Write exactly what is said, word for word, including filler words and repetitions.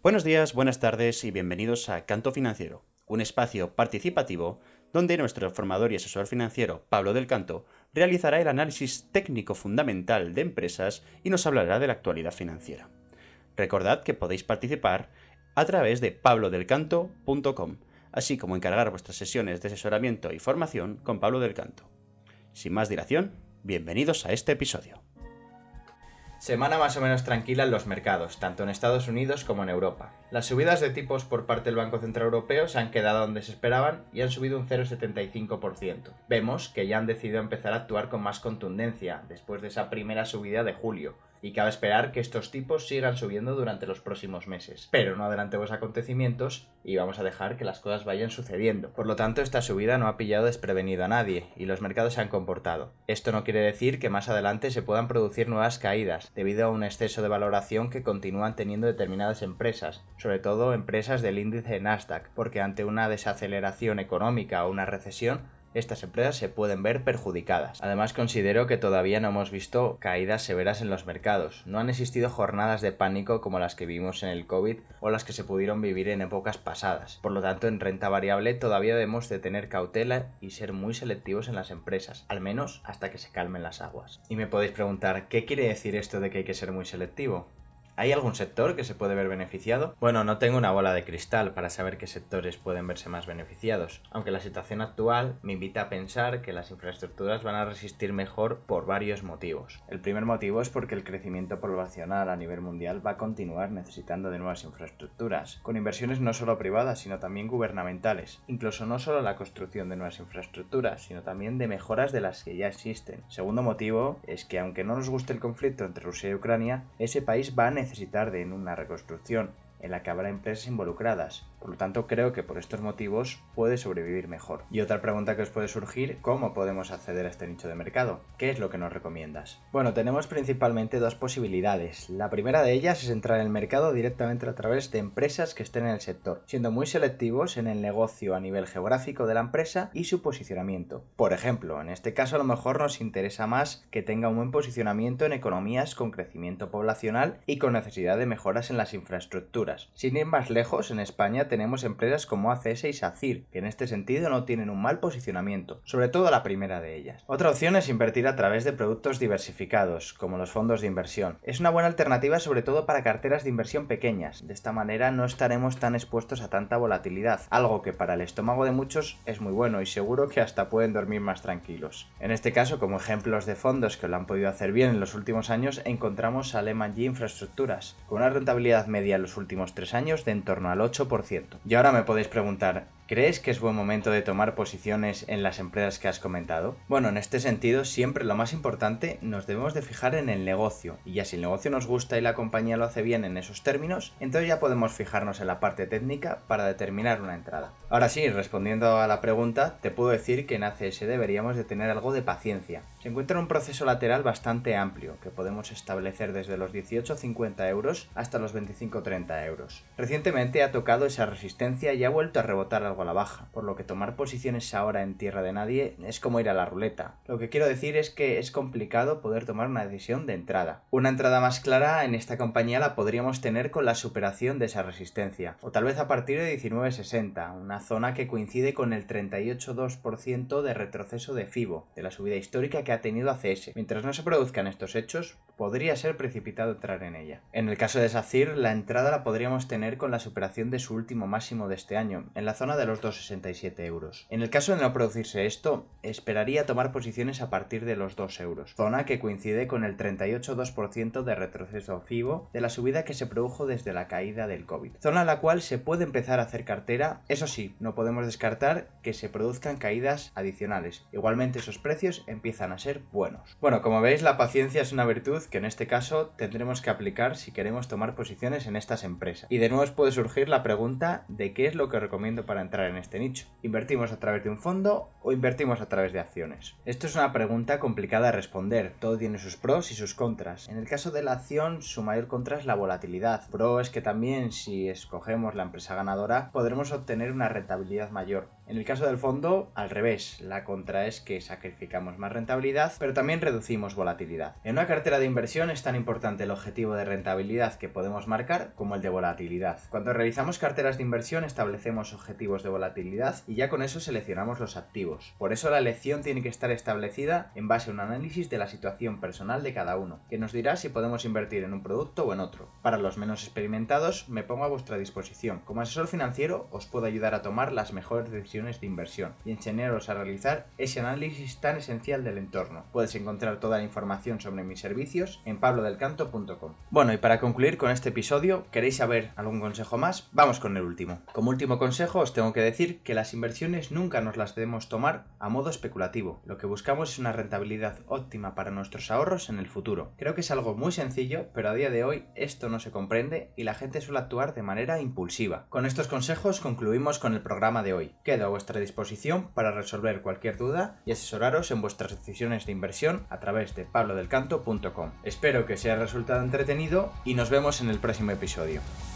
Buenos días, buenas tardes y bienvenidos a Canto Financiero, un espacio participativo donde nuestro formador y asesor financiero, Pablo del Canto, realizará el análisis técnico fundamental de empresas y nos hablará de la actualidad financiera. Recordad que podéis participar a través de pablo del canto punto com, así como encargar vuestras sesiones de asesoramiento y formación con Pablo del Canto. Sin más dilación, bienvenidos a este episodio. Semana más o menos tranquila en los mercados, tanto en Estados Unidos como en Europa. Las subidas de tipos por parte del Banco Central Europeo se han quedado donde se esperaban y han subido un cero coma setenta y cinco por ciento. Vemos que ya han decidido empezar a actuar con más contundencia después de esa primera subida de julio, y cabe esperar que estos tipos sigan subiendo durante los próximos meses. Pero no adelantemos acontecimientos y vamos a dejar que las cosas vayan sucediendo. Por lo tanto, esta subida no ha pillado desprevenido a nadie y los mercados se han comportado. Esto no quiere decir que más adelante se puedan producir nuevas caídas, debido a un exceso de valoración que continúan teniendo determinadas empresas, sobre todo empresas del índice Nasdaq, porque ante una desaceleración económica o una recesión, estas empresas se pueden ver perjudicadas. Además, considero que todavía no hemos visto caídas severas en los mercados. No han existido jornadas de pánico como las que vimos en el COVID o las que se pudieron vivir en épocas pasadas. Por lo tanto, en renta variable todavía debemos de tener cautela y ser muy selectivos en las empresas, al menos hasta que se calmen las aguas. Y me podéis preguntar, ¿qué quiere decir esto de que hay que ser muy selectivo? ¿Hay algún sector que se puede ver beneficiado? Bueno, no tengo una bola de cristal para saber qué sectores pueden verse más beneficiados, aunque la situación actual me invita a pensar que las infraestructuras van a resistir mejor por varios motivos. El primer motivo es porque el crecimiento poblacional a nivel mundial va a continuar necesitando de nuevas infraestructuras, con inversiones no solo privadas, sino también gubernamentales. Incluso no solo la construcción de nuevas infraestructuras, sino también de mejoras de las que ya existen. Segundo motivo es que aunque no nos guste el conflicto entre Rusia y Ucrania, ese país va a necesitar necesitar de una reconstrucción en la que habrá empresas involucradas. Por lo tanto, creo que por estos motivos puede sobrevivir mejor. Y otra pregunta que os puede surgir, ¿cómo podemos acceder a este nicho de mercado? ¿Qué es lo que nos recomiendas? Bueno, tenemos principalmente dos posibilidades. La primera de ellas es entrar en el mercado directamente a través de empresas que estén en el sector, siendo muy selectivos en el negocio a nivel geográfico de la empresa y su posicionamiento. Por ejemplo, en este caso a lo mejor nos interesa más que tenga un buen posicionamiento en economías con crecimiento poblacional y con necesidad de mejoras en las infraestructuras. Sin ir más lejos, en España tenemos empresas como A C S y SACIR, que en este sentido no tienen un mal posicionamiento, sobre todo la primera de ellas. Otra opción es invertir a través de productos diversificados, como los fondos de inversión. Es una buena alternativa sobre todo para carteras de inversión pequeñas. De esta manera no estaremos tan expuestos a tanta volatilidad, algo que para el estómago de muchos es muy bueno y seguro que hasta pueden dormir más tranquilos. En este caso, como ejemplos de fondos que lo han podido hacer bien en los últimos años, encontramos a Lehman G Infraestructuras, con una rentabilidad media en los últimos tres años de en torno al ocho por ciento. Y ahora me podéis preguntar, ¿crees que es buen momento de tomar posiciones en las empresas que has comentado? Bueno, en este sentido, siempre lo más importante nos debemos de fijar en el negocio, y ya si el negocio nos gusta y la compañía lo hace bien en esos términos, entonces ya podemos fijarnos en la parte técnica para determinar una entrada. Ahora sí, respondiendo a la pregunta, te puedo decir que en A C S deberíamos de tener algo de paciencia. Se encuentra un proceso lateral bastante amplio, que podemos establecer desde los dieciocho a cincuenta euros hasta los veinticinco a treinta euros. Recientemente ha tocado esa resistencia y ha vuelto a rebotar algo a la baja, por lo que tomar posiciones ahora en tierra de nadie es como ir a la ruleta. Lo que quiero decir es que es complicado poder tomar una decisión de entrada. Una entrada más clara en esta compañía la podríamos tener con la superación de esa resistencia, o tal vez a partir de diecinueve sesenta, una zona que coincide con el treinta y ocho coma dos por ciento de retroceso de FIBO, de la subida histórica que ha tenido A C S. Mientras no se produzcan estos hechos, podría ser precipitado entrar en ella. En el caso de SACIR, la entrada la podríamos tener con la superación de su último máximo de este año, en la zona de los dos coma sesenta y siete euros. En el caso de no producirse esto, esperaría tomar posiciones a partir de los dos euros, zona que coincide con el treinta y ocho coma dos por ciento de retroceso FIBO de la subida que se produjo desde la caída del COVID, zona en la cual se puede empezar a hacer cartera. Eso sí, no podemos descartar que se produzcan caídas adicionales. Igualmente esos precios empiezan a ser buenos. Bueno, como veis, la paciencia es una virtud que en este caso tendremos que aplicar si queremos tomar posiciones en estas empresas. Y de nuevo os puede surgir la pregunta de qué es lo que recomiendo para entrar entrar en este nicho. ¿Invertimos a través de un fondo o invertimos a través de acciones? Esto es una pregunta complicada de responder, todo tiene sus pros y sus contras. En el caso de la acción, su mayor contra es la volatilidad. Pro es que también, si escogemos la empresa ganadora, podremos obtener una rentabilidad mayor. En el caso del fondo, al revés, la contra es que sacrificamos más rentabilidad, pero también reducimos volatilidad. En una cartera de inversión es tan importante el objetivo de rentabilidad que podemos marcar como el de volatilidad. Cuando realizamos carteras de inversión establecemos objetivos de volatilidad y ya con eso seleccionamos los activos. Por eso la elección tiene que estar establecida en base a un análisis de la situación personal de cada uno, que nos dirá si podemos invertir en un producto o en otro. Para los menos experimentados, me pongo a vuestra disposición. Como asesor financiero, os puedo ayudar a tomar las mejores decisiones de inversión y enseñaros a realizar ese análisis tan esencial del entorno. Puedes encontrar toda la información sobre mis servicios en pablo del canto punto com. Bueno, y para concluir con este episodio, ¿queréis saber algún consejo más? Vamos con el último. Como último consejo os tengo que decir que las inversiones nunca nos las debemos tomar a modo especulativo. Lo que buscamos es una rentabilidad óptima para nuestros ahorros en el futuro. Creo que es algo muy sencillo, pero a día de hoy esto no se comprende y la gente suele actuar de manera impulsiva. Con estos consejos concluimos con el programa de hoy. Quedo a vuestra disposición para resolver cualquier duda y asesoraros en vuestras decisiones de inversión a través de pablo del canto punto com. Espero que os haya resultado entretenido y nos vemos en el próximo episodio.